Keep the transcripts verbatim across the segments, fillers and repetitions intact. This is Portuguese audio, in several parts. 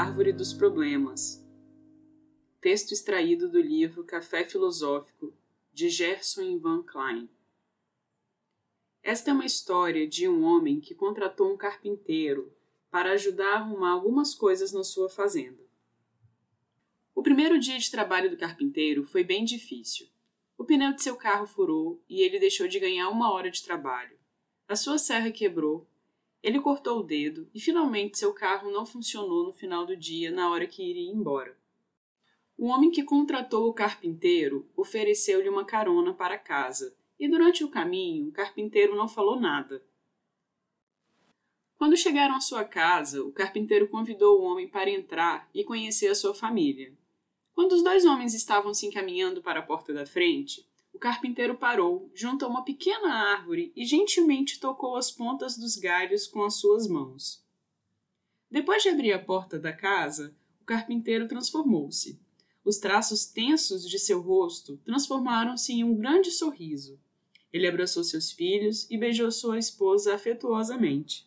árvore dos problemas. Texto extraído do livro Café Filosófico, de Gerson Van Klein. Esta é uma história de um homem que contratou um carpinteiro para ajudar a arrumar algumas coisas na sua fazenda. O primeiro dia de trabalho do carpinteiro foi bem difícil. O pneu de seu carro furou e ele deixou de ganhar uma hora de trabalho. A sua serra quebrou, ele cortou o dedo e finalmente seu carro não funcionou no final do dia na hora que iria embora. O homem que contratou o carpinteiro ofereceu-lhe uma carona para casa e durante o caminho o carpinteiro não falou nada. Quando chegaram à sua casa, o carpinteiro convidou o homem para entrar e conhecer a sua família. Quando os dois homens estavam se encaminhando para a porta da frente, o carpinteiro parou junto a uma pequena árvore e gentilmente tocou as pontas dos galhos com as suas mãos. Depois de abrir a porta da casa, o carpinteiro transformou-se. Os traços tensos de seu rosto transformaram-se em um grande sorriso. Ele abraçou seus filhos e beijou sua esposa afetuosamente.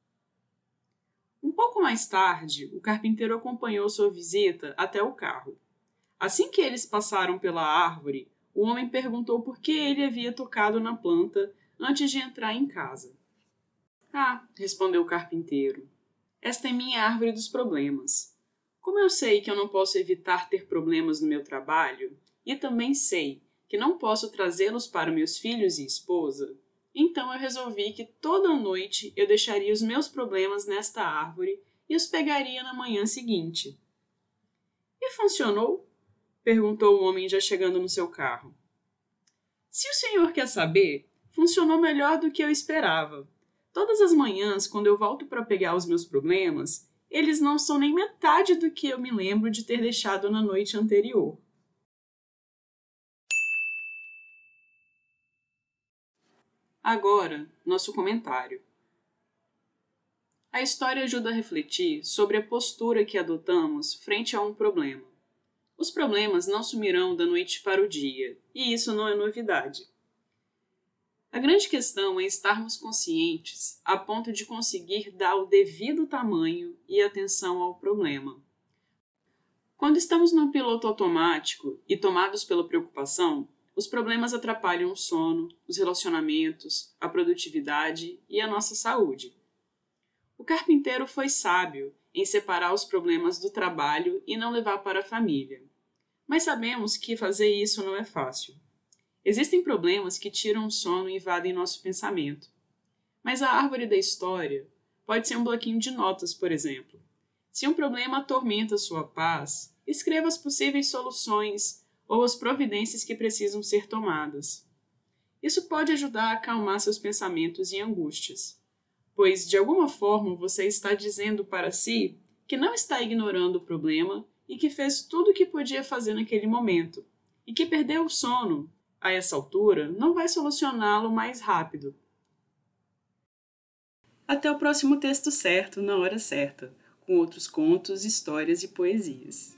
Um pouco mais tarde, o carpinteiro acompanhou sua visita até o carro. Assim que eles passaram pela árvore, o homem perguntou por que ele havia tocado na planta antes de entrar em casa. Ah, respondeu o carpinteiro, esta é minha árvore dos problemas. Como eu sei que eu não posso evitar ter problemas no meu trabalho, e também sei que não posso trazê-los para meus filhos e esposa, então eu resolvi que toda noite eu deixaria os meus problemas nesta árvore e os pegaria na manhã seguinte. E funcionou? Perguntou o homem já chegando no seu carro. Se o senhor quer saber, funcionou melhor do que eu esperava. Todas as manhãs, quando eu volto para pegar os meus problemas, eles não são nem metade do que eu me lembro de ter deixado na noite anterior. Agora, nosso comentário. A história ajuda a refletir sobre a postura que adotamos frente a um problema. Os problemas não sumirão da noite para o dia, e isso não é novidade. A grande questão é estarmos conscientes a ponto de conseguir dar o devido tamanho e atenção ao problema. Quando estamos no piloto automático e tomados pela preocupação, os problemas atrapalham o sono, os relacionamentos, a produtividade e a nossa saúde. O carpinteiro foi sábio em separar os problemas do trabalho e não levar para a família. Mas sabemos que fazer isso não é fácil. Existem problemas que tiram o sono e invadem nosso pensamento. Mas a árvore da história pode ser um bloquinho de notas, por exemplo. Se um problema atormenta sua paz, escreva as possíveis soluções ou as providências que precisam ser tomadas. Isso pode ajudar a acalmar seus pensamentos e angústias, pois, de alguma forma, você está dizendo para si que não está ignorando o problema e que fez tudo o que podia fazer naquele momento, e que perder o sono, a essa altura, não vai solucioná-lo mais rápido. Até o próximo texto certo, na hora certa, com outros contos, histórias e poesias.